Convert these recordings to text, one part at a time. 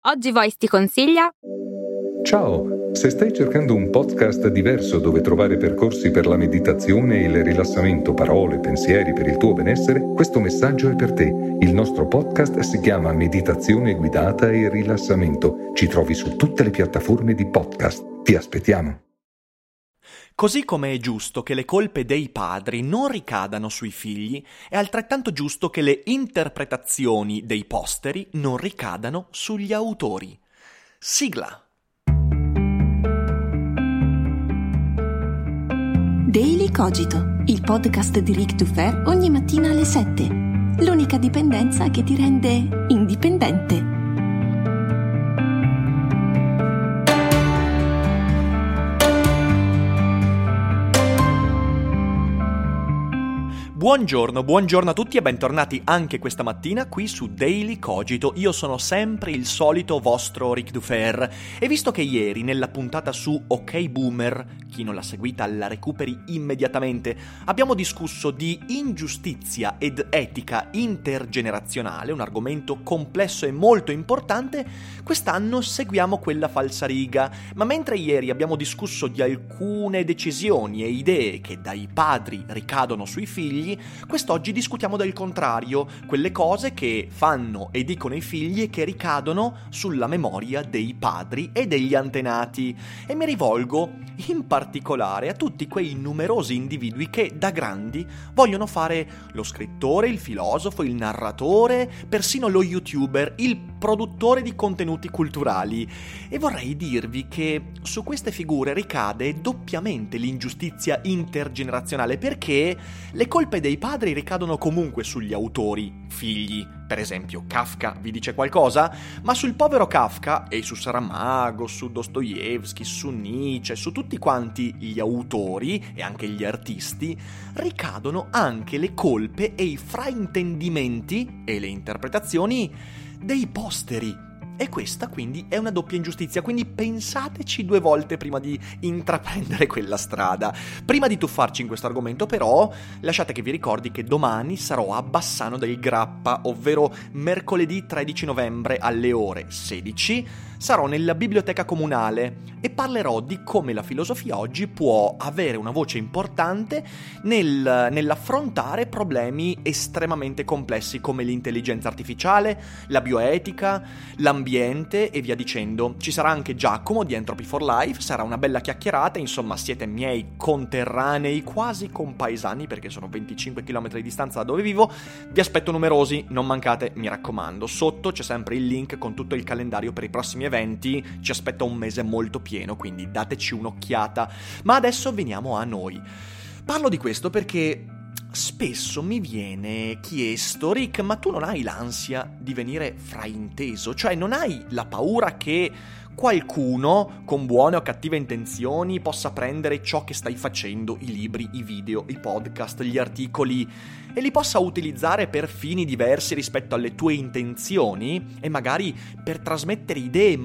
Oggi Voice ti consiglia... Ciao, se stai cercando un podcast diverso dove trovare percorsi per la meditazione e il rilassamento, parole, pensieri per il tuo benessere, questo messaggio è per te. Il nostro podcast si chiama Meditazione guidata e rilassamento. Ci trovi su tutte le piattaforme di podcast. Ti aspettiamo. Così come è giusto che le colpe dei padri non ricadano sui figli, è altrettanto giusto che le interpretazioni dei posteri non ricadano sugli autori. Sigla. Daily Cogito, il podcast di Ric Dufer ogni mattina alle 7. L'unica dipendenza che ti rende indipendente. Buongiorno a tutti e bentornati anche questa mattina qui su Daily Cogito. Io sono sempre il solito vostro Ric Dufer e visto che ieri nella puntata su OK Boomer, chi non l'ha seguita la recuperi immediatamente, abbiamo discusso di ingiustizia ed etica intergenerazionale, un argomento complesso e molto importante, quest'anno seguiamo quella falsariga, ma mentre ieri abbiamo discusso di alcune decisioni e idee che dai padri ricadono sui figli, quest'oggi discutiamo del contrario, quelle cose che fanno e dicono i figli e che ricadono sulla memoria dei padri e degli antenati. E mi rivolgo in particolare a tutti quei numerosi individui che da grandi vogliono fare lo scrittore, il filosofo, il narratore, persino lo youtuber, il produttore di contenuti culturali. E vorrei dirvi che su queste figure ricade doppiamente l'ingiustizia intergenerazionale, perché le colpe dei padri ricadono comunque sugli autori, figli. Per esempio, Kafka vi dice qualcosa? Ma sul povero Kafka e su Saramago, su Dostoevsky, su Nietzsche, su tutti quanti gli autori e anche gli artisti, ricadono anche le colpe e i fraintendimenti e le interpretazioni dei posteri. E questa quindi è una doppia ingiustizia, quindi pensateci due volte prima di intraprendere quella strada. Prima di tuffarci in questo argomento però, lasciate che vi ricordi che domani sarò a Bassano del Grappa, ovvero mercoledì 13 novembre alle ore 16, sarò nella biblioteca comunale e parlerò di come la filosofia oggi può avere una voce importante nell'affrontare problemi estremamente complessi come l'intelligenza artificiale, la bioetica, l'ambiente e via dicendo. Ci sarà anche Giacomo di Entropy for Life, sarà una bella chiacchierata, insomma siete miei conterranei, quasi compaesani perché sono 25 km di distanza da dove vivo. Vi aspetto numerosi, non mancate, mi raccomando. Sotto c'è sempre il link con tutto il calendario per i prossimi eventi, ci aspetta un mese molto pieno, quindi dateci un'occhiata. Ma adesso veniamo a noi. Parlo di questo perché spesso mi viene chiesto: Rick, ma tu non hai l'ansia di venire frainteso? Cioè non hai la paura che qualcuno con buone o cattive intenzioni possa prendere ciò che stai facendo, i libri, i video, i podcast, gli articoli, e li possa utilizzare per fini diversi rispetto alle tue intenzioni e magari per trasmettere idee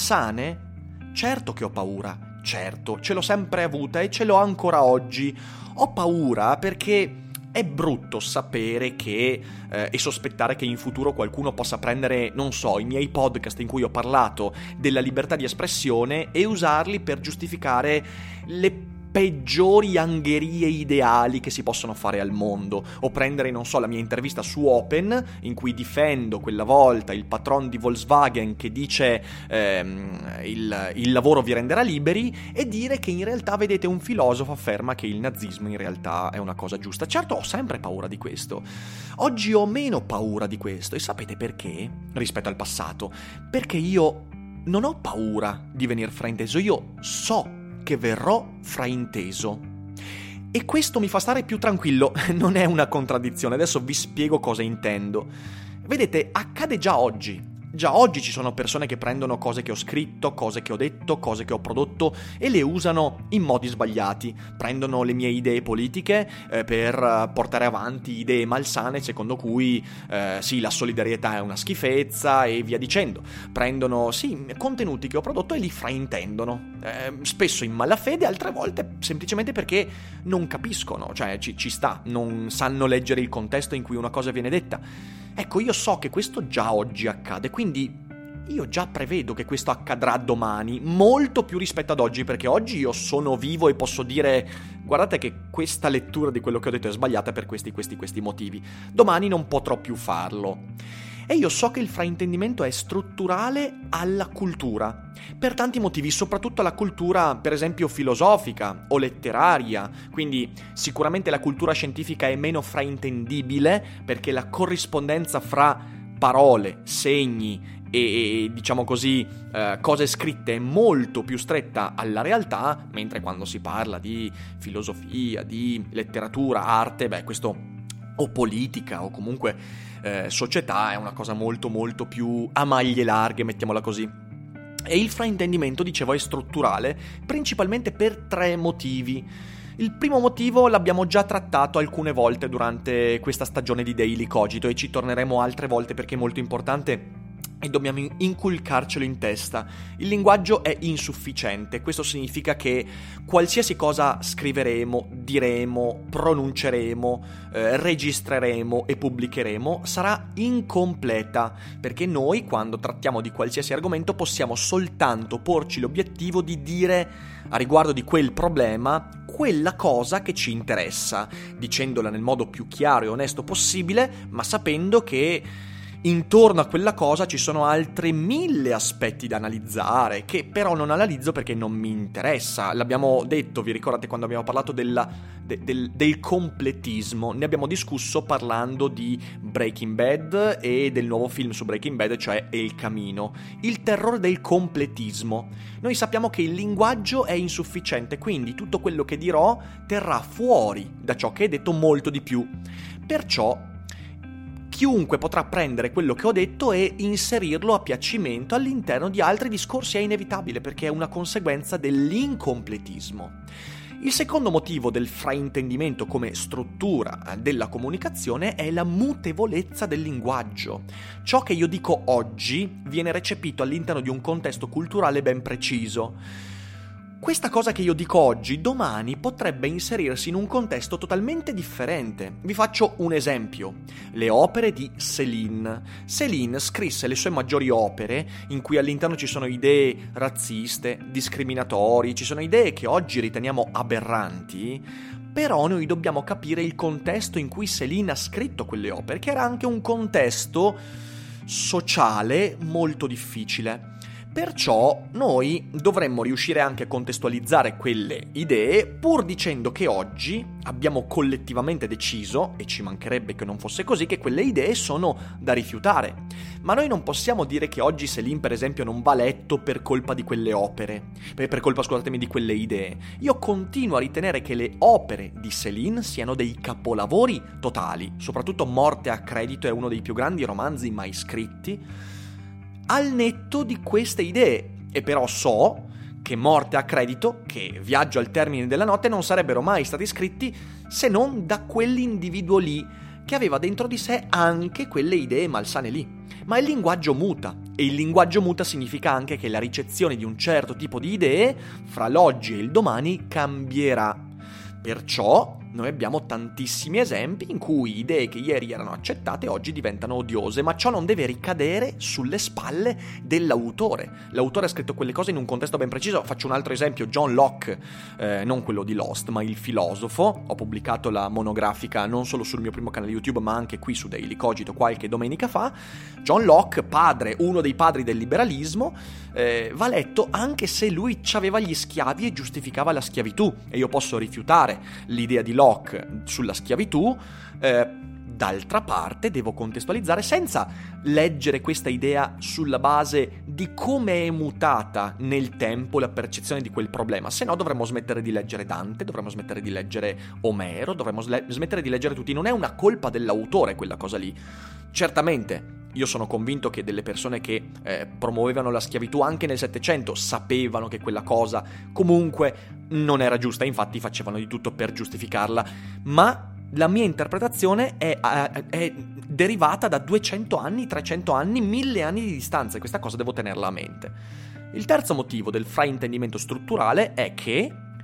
malsane? Certo che ho paura, certo, ce l'ho sempre avuta e ce l'ho ancora oggi. Ho paura perché è brutto sapere che e sospettare che in futuro qualcuno possa prendere, non so, i miei podcast in cui ho parlato della libertà di espressione e usarli per giustificare le peggiori angherie ideali che si possono fare al mondo, o prendere, non so, la mia intervista su Open in cui difendo quella volta il patron di Volkswagen che dice il lavoro vi renderà liberi, e dire che in realtà, vedete, un filosofo afferma che il nazismo in realtà è una cosa giusta. Certo, ho sempre paura di questo. Oggi ho meno paura di questo, e sapete perché? Rispetto al passato. Perché io non ho paura di venir frainteso, io so che verrò frainteso. E questo mi fa stare più tranquillo, non è una contraddizione, adesso vi spiego cosa intendo. Vedete, accade già oggi. Già oggi ci sono persone che prendono cose che ho scritto, cose che ho detto, cose che ho prodotto e le usano in modi sbagliati. Prendono le mie idee politiche per portare avanti idee malsane secondo cui sì, la solidarietà è una schifezza e via dicendo. Prendono, sì, contenuti che ho prodotto e li fraintendono. Spesso in malafede, altre volte semplicemente perché non capiscono, cioè ci sta, non sanno leggere il contesto in cui una cosa viene detta. Ecco, io so che questo già oggi accade, quindi io già prevedo che questo accadrà domani, molto più rispetto ad oggi, perché oggi io sono vivo e posso dire: guardate che questa lettura di quello che ho detto è sbagliata per questi motivi. Domani non potrò più farlo. E io so che il fraintendimento è strutturale alla cultura, per tanti motivi, soprattutto alla cultura, per esempio, filosofica o letteraria. Quindi sicuramente la cultura scientifica è meno fraintendibile, perché la corrispondenza fra parole, segni e diciamo così, cose scritte è molto più stretta alla realtà, mentre quando si parla di filosofia, di letteratura, arte, questo, o politica, o comunque società, è una cosa molto molto più a maglie larghe, mettiamola così. E il fraintendimento, dicevo, è strutturale principalmente per 3 motivi. Il primo motivo l'abbiamo già trattato alcune volte durante questa stagione di Daily Cogito e ci torneremo altre volte perché è molto importante e dobbiamo inculcarcelo in testa. Il linguaggio è insufficiente. Questo significa che qualsiasi cosa scriveremo, diremo, pronunceremo, registreremo e pubblicheremo sarà incompleta, perché noi, quando trattiamo di qualsiasi argomento, possiamo soltanto porci l'obiettivo di dire a riguardo di quel problema quella cosa che ci interessa, dicendola nel modo più chiaro e onesto possibile, ma sapendo che intorno a quella cosa ci sono altri 1000 aspetti da analizzare, che però non analizzo perché non mi interessa. L'abbiamo detto, vi ricordate quando abbiamo parlato del completismo? Ne abbiamo discusso parlando di Breaking Bad e del nuovo film su Breaking Bad, cioè El Camino. Il terrore del completismo. Noi sappiamo che il linguaggio è insufficiente, quindi tutto quello che dirò terrà fuori da ciò che è detto molto di più. Perciò chiunque potrà prendere quello che ho detto e inserirlo a piacimento all'interno di altri discorsi. È inevitabile, perché è una conseguenza dell'incompletismo. Il secondo motivo del fraintendimento come struttura della comunicazione è la mutevolezza del linguaggio. Ciò che io dico oggi viene recepito all'interno di un contesto culturale ben preciso. Questa cosa che io dico oggi, domani potrebbe inserirsi in un contesto totalmente differente. Vi faccio un esempio. Le opere di Céline. Céline scrisse le sue maggiori opere, in cui all'interno ci sono idee razziste, discriminatorie, ci sono idee che oggi riteniamo aberranti, però noi dobbiamo capire il contesto in cui Céline ha scritto quelle opere, che era anche un contesto sociale molto difficile. Perciò noi dovremmo riuscire anche a contestualizzare quelle idee, pur dicendo che oggi abbiamo collettivamente deciso, e ci mancherebbe che non fosse così, che quelle idee sono da rifiutare. Ma noi non possiamo dire che oggi Céline, per esempio, non va letto per colpa di quelle opere, per colpa, scusatemi, di quelle idee. Io continuo a ritenere che le opere di Céline siano dei capolavori totali, soprattutto Morte a credito è uno dei più grandi romanzi mai scritti, al netto di queste idee. E però so che Morte a credito, che Viaggio al termine della notte, non sarebbero mai stati scritti se non da quell'individuo lì, che aveva dentro di sé anche quelle idee malsane lì. Ma il linguaggio muta, e il linguaggio muta significa anche che la ricezione di un certo tipo di idee fra l'oggi e il domani cambierà. Perciò noi abbiamo tantissimi esempi in cui idee che ieri erano accettate oggi diventano odiose, ma ciò non deve ricadere sulle spalle dell'autore. L'autore ha scritto quelle cose in un contesto ben preciso. Faccio un altro esempio: John Locke, non quello di Lost, ma il filosofo. Ho pubblicato la monografica non solo sul mio primo canale YouTube, ma anche qui su Daily Cogito qualche domenica fa. John Locke, padre, uno dei padri del liberalismo, va letto anche se lui aveva gli schiavi e giustificava la schiavitù, e io posso rifiutare l'idea di Locke sulla schiavitù. D'altra parte devo contestualizzare senza leggere questa idea sulla base di come è mutata nel tempo la percezione di quel problema, se no dovremmo smettere di leggere Dante, dovremmo smettere di leggere Omero, dovremmo smettere di leggere tutti. Non è una colpa dell'autore quella cosa lì. Certamente io sono convinto che delle persone che promuovevano la schiavitù anche nel Settecento sapevano che quella cosa comunque non era giusta, infatti facevano di tutto per giustificarla, ma la mia interpretazione è derivata da 200 anni, 300 anni, 1000 anni di distanza, e questa cosa devo tenerla a mente. Il terzo motivo del fraintendimento strutturale è che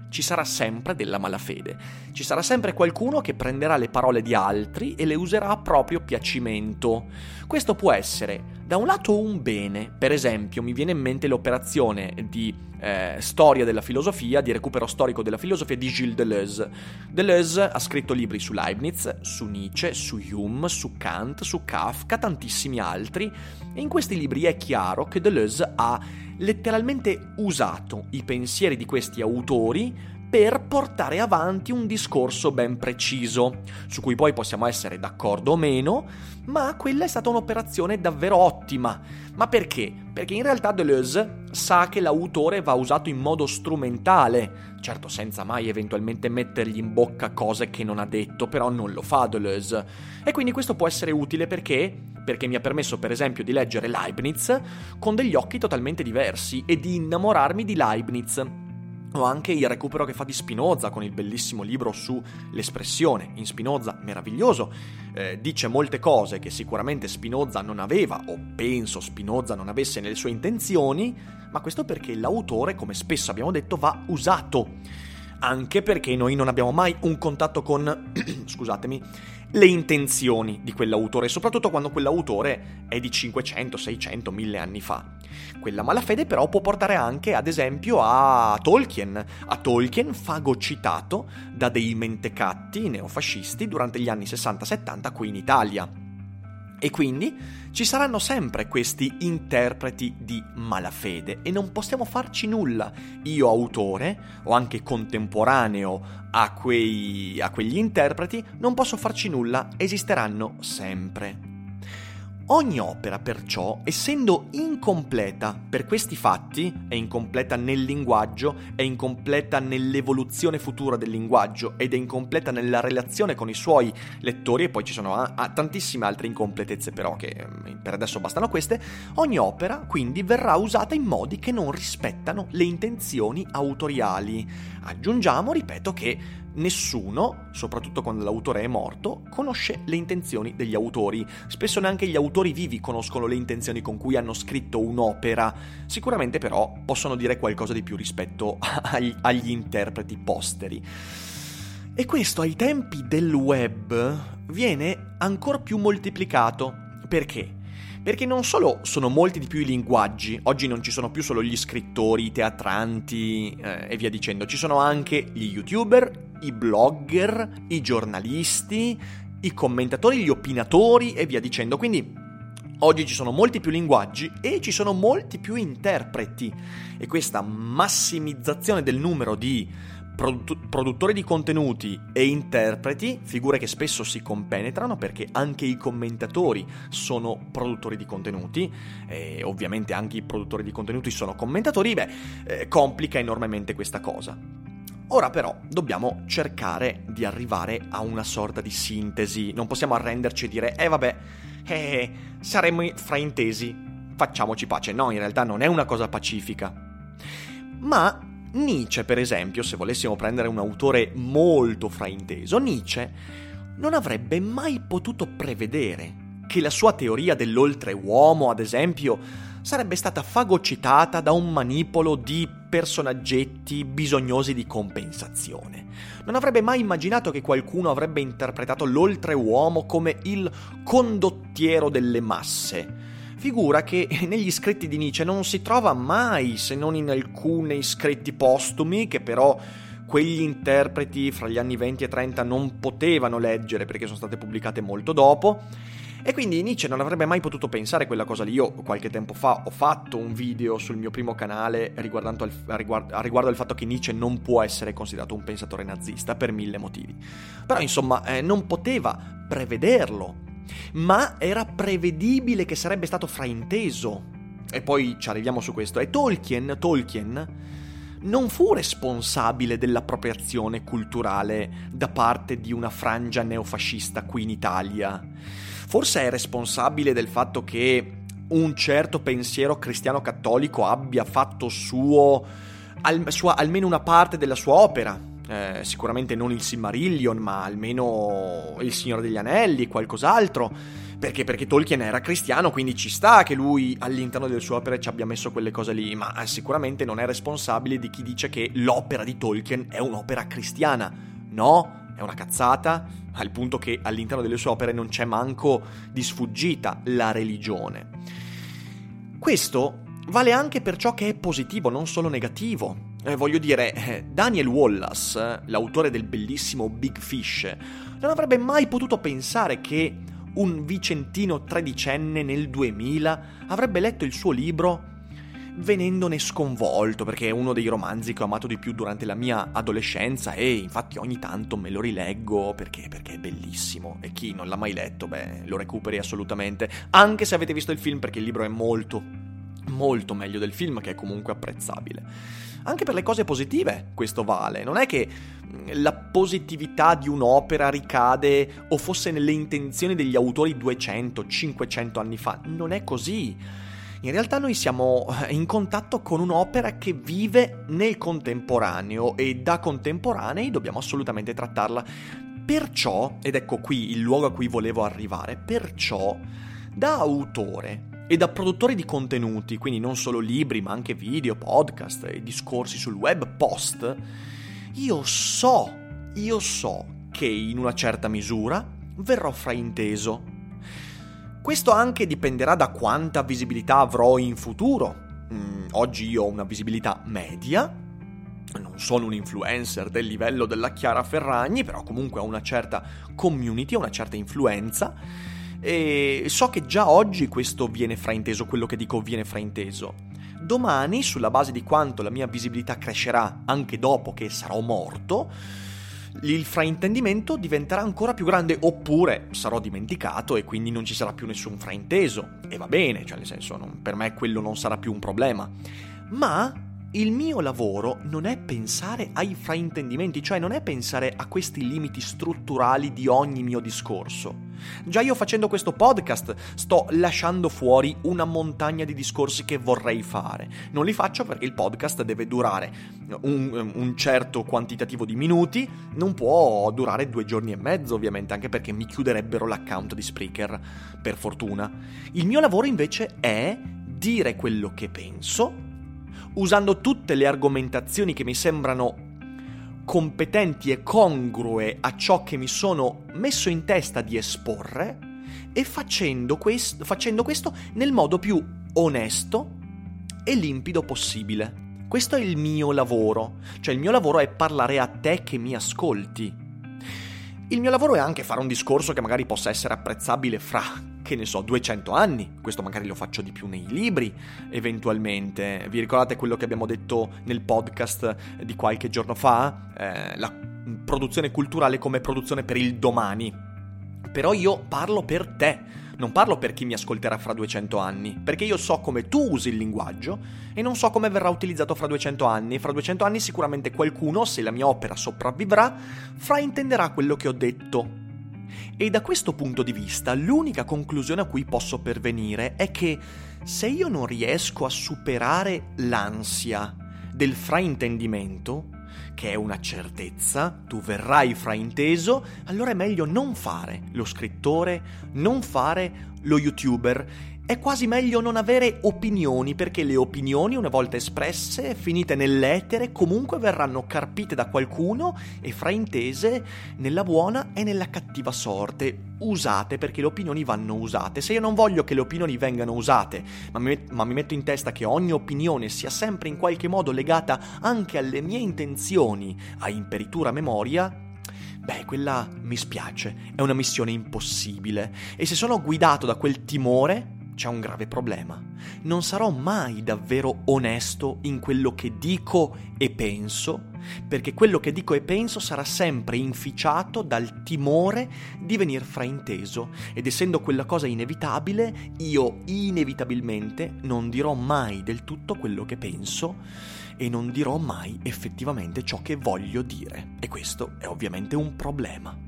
ci sarà sempre della malafede. Ci sarà sempre qualcuno che prenderà le parole di altri e le userà a proprio piacimento. Questo può essere da un lato un bene. Per esempio, mi viene in mente l'operazione di storia della filosofia, di recupero storico della filosofia di Gilles Deleuze. Deleuze ha scritto libri su Leibniz, su Nietzsche, su Hume, su Kant, su Kafka, tantissimi altri, e in questi libri è chiaro che Deleuze ha letteralmente usato i pensieri di questi autori per portare avanti un discorso ben preciso, su cui poi possiamo essere d'accordo o meno, ma quella è stata un'operazione davvero ottima. Ma perché? Perché in realtà Deleuze sa che l'autore va usato in modo strumentale, certo senza mai eventualmente mettergli in bocca cose che non ha detto, però non lo fa Deleuze. E quindi questo può essere utile perché mi ha permesso per esempio di leggere Leibniz con degli occhi totalmente diversi e di innamorarmi di Leibniz. O anche il recupero che fa di Spinoza con il bellissimo libro sull'espressione. In Spinoza, meraviglioso, dice molte cose che sicuramente Spinoza non aveva, o penso Spinoza non avesse nelle sue intenzioni, ma questo perché l'autore, come spesso abbiamo detto, va usato. Anche perché noi non abbiamo mai un contatto con, scusatemi, le intenzioni di quell'autore, soprattutto quando quell'autore è di 500, 600, 1000 anni fa. Quella malafede però può portare anche, ad esempio, a Tolkien fagocitato da dei mentecatti neofascisti durante gli anni 60-70 qui in Italia. E quindi ci saranno sempre questi interpreti di malafede e non possiamo farci nulla. Io, autore, o anche contemporaneo a quegli interpreti, non posso farci nulla, esisteranno sempre. Ogni opera, perciò, essendo incompleta per questi fatti, è incompleta nel linguaggio, è incompleta nell'evoluzione futura del linguaggio ed è incompleta nella relazione con i suoi lettori, e poi ci sono tantissime altre incompletezze però che per adesso bastano queste. Ogni opera quindi verrà usata in modi che non rispettano le intenzioni autoriali. Aggiungiamo, ripeto, che nessuno, soprattutto quando l'autore è morto, conosce le intenzioni degli autori. Spesso neanche gli autori vivi conoscono le intenzioni con cui hanno scritto un'opera. Sicuramente però possono dire qualcosa di più rispetto agli interpreti posteri. E questo ai tempi del web viene ancor più moltiplicato. Perché? Perché non solo sono molti di più i linguaggi, oggi non ci sono più solo gli scrittori, i teatranti e via dicendo, ci sono anche gli youtuber, i blogger, i giornalisti, i commentatori, gli opinatori e via dicendo. Quindi oggi ci sono molti più linguaggi e ci sono molti più interpreti, e questa massimizzazione del numero di produttori di contenuti e interpreti, figure che spesso si compenetrano perché anche i commentatori sono produttori di contenuti e ovviamente anche i produttori di contenuti sono commentatori, complica enormemente questa cosa. Ora però dobbiamo cercare di arrivare a una sorta di sintesi, non possiamo arrenderci e dire saremmo fraintesi, facciamoci pace. No, in realtà non è una cosa pacifica. Ma Nietzsche, per esempio, se volessimo prendere un autore molto frainteso, Nietzsche non avrebbe mai potuto prevedere che la sua teoria dell'oltreuomo, ad esempio, sarebbe stata fagocitata da un manipolo di personaggetti bisognosi di compensazione. Non avrebbe mai immaginato che qualcuno avrebbe interpretato l'oltreuomo come il condottiero delle masse. Figura che negli scritti di Nietzsche non si trova mai, se non in alcuni scritti postumi, che però quegli interpreti fra gli anni 20 e 30 non potevano leggere perché sono state pubblicate molto dopo. E quindi Nietzsche non avrebbe mai potuto pensare quella cosa lì. Io qualche tempo fa ho fatto un video sul mio primo canale riguardo al fatto che Nietzsche non può essere considerato un pensatore nazista per 1000 motivi. Però insomma non poteva prevederlo, ma era prevedibile che sarebbe stato frainteso. E poi ci arriviamo su questo. E Tolkien non fu responsabile dell'appropriazione culturale da parte di una frangia neofascista qui in Italia. Forse è responsabile del fatto che un certo pensiero cristiano cattolico abbia fatto almeno una parte della sua opera. Sicuramente non il Silmarillion, ma almeno il Signore degli Anelli, qualcos'altro. Perché Tolkien era cristiano, quindi ci sta che lui all'interno delle sue opere ci abbia messo quelle cose lì, ma sicuramente non è responsabile di chi dice che l'opera di Tolkien è un'opera cristiana. No, è una cazzata, al punto che all'interno delle sue opere non c'è manco di sfuggita la religione. Questo vale anche per ciò che è positivo, non solo negativo. Voglio dire, Daniel Wallace, l'autore del bellissimo Big Fish, non avrebbe mai potuto pensare che un vicentino tredicenne nel 2000 avrebbe letto il suo libro venendone sconvolto, perché è uno dei romanzi che ho amato di più durante la mia adolescenza e infatti ogni tanto me lo rileggo perché è bellissimo, e chi non l'ha mai letto, lo recuperi assolutamente, anche se avete visto il film, perché il libro è molto, molto meglio del film, che è comunque apprezzabile. Anche per le cose positive questo vale, non è che la positività di un'opera ricade o fosse nelle intenzioni degli autori 200-500 anni fa, non è così. In realtà noi siamo in contatto con un'opera che vive nel contemporaneo e da contemporanei dobbiamo assolutamente trattarla. Perciò, ed ecco qui il luogo a cui volevo arrivare, perciò da autore e da produttori di contenuti, quindi non solo libri ma anche video, podcast e discorsi sul web, post, io so che in una certa misura verrò frainteso. Questo anche dipenderà da quanta visibilità avrò in futuro. Oggi io ho una visibilità media, non sono un influencer del livello della Chiara Ferragni, però comunque ho una certa community, una certa influenza, e so che già oggi questo viene frainteso, quello che dico viene frainteso. Domani, sulla base di quanto la mia visibilità crescerà anche dopo che sarò morto, il fraintendimento diventerà ancora più grande, oppure sarò dimenticato e quindi non ci sarà più nessun frainteso. E va bene, cioè nel senso, per me quello non sarà più un problema. Ma il mio lavoro non è pensare ai fraintendimenti, cioè non è pensare a questi limiti strutturali di ogni mio discorso. Già io facendo questo podcast sto lasciando fuori una montagna di discorsi che vorrei fare. Non li faccio perché il podcast deve durare un certo quantitativo di minuti, non può durare 2 giorni e mezzo ovviamente, anche perché mi chiuderebbero l'account di Spreaker, per fortuna. Il mio lavoro invece è dire quello che penso, usando tutte le argomentazioni che mi sembrano competenti e congrue a ciò che mi sono messo in testa di esporre, e facendo questo nel modo più onesto e limpido possibile. Questo è il mio lavoro, cioè il mio lavoro è parlare a te che mi ascolti. Il mio lavoro è anche fare un discorso che magari possa essere apprezzabile fra, che ne so, 200 anni. Questo magari lo faccio di più nei libri, eventualmente. Vi ricordate quello che abbiamo detto nel podcast di qualche giorno fa? La produzione culturale come produzione per il domani. Però io parlo per te, non parlo per chi mi ascolterà fra 200 anni, perché io so come tu usi il linguaggio e non so come verrà utilizzato fra 200 anni. Fra 200 anni sicuramente qualcuno, se la mia opera sopravvivrà, fraintenderà quello che ho detto. E da questo punto di vista l'unica conclusione a cui posso pervenire è che se io non riesco a superare l'ansia del fraintendimento, che è una certezza, tu verrai frainteso, allora è meglio non fare lo scrittore, non fare lo youtuber. È quasi meglio non avere opinioni, perché le opinioni, una volta espresse, finite nell'etere, comunque verranno carpite da qualcuno e fraintese nella buona e nella cattiva sorte. Usate, perché le opinioni vanno usate. Se io non voglio che le opinioni vengano usate, ma mi metto in testa che ogni opinione sia sempre in qualche modo legata anche alle mie intenzioni a imperitura memoria, quella mi spiace, è una missione impossibile. E se sono guidato da quel timore, c'è un grave problema. Non sarò mai davvero onesto in quello che dico e penso, perché quello che dico e penso sarà sempre inficiato dal timore di venir frainteso, ed essendo quella cosa inevitabile, io inevitabilmente non dirò mai del tutto quello che penso e non dirò mai effettivamente ciò che voglio dire, e questo è ovviamente un problema.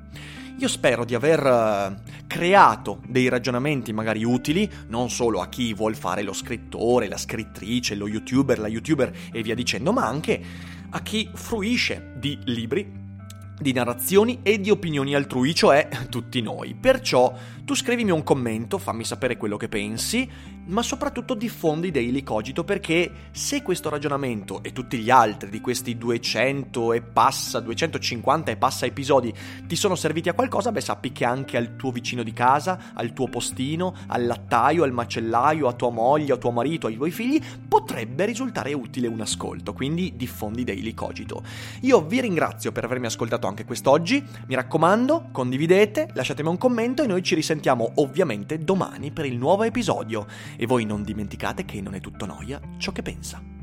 Io spero di aver creato dei ragionamenti magari utili, non solo a chi vuol fare lo scrittore, la scrittrice, lo youtuber, la youtuber e via dicendo, ma anche a chi fruisce di libri, di narrazioni e di opinioni altrui, cioè tutti noi. Perciò Tu scrivimi un commento, fammi sapere quello che pensi, ma soprattutto diffondi Daily Cogito, perché se questo ragionamento e tutti gli altri di questi 250 e passa episodi ti sono serviti a qualcosa, sappi che anche al tuo vicino di casa, al tuo postino, al lattaio, al macellaio, a tua moglie, a tuo marito, ai tuoi figli potrebbe risultare utile un ascolto, quindi diffondi Daily Cogito. Io vi ringrazio per avermi ascoltato anche quest'oggi, mi raccomando, condividete, lasciatemi un commento e noi ci risentiamo ovviamente domani per il nuovo episodio. E voi non dimenticate che non è tutto noia ciò che pensa.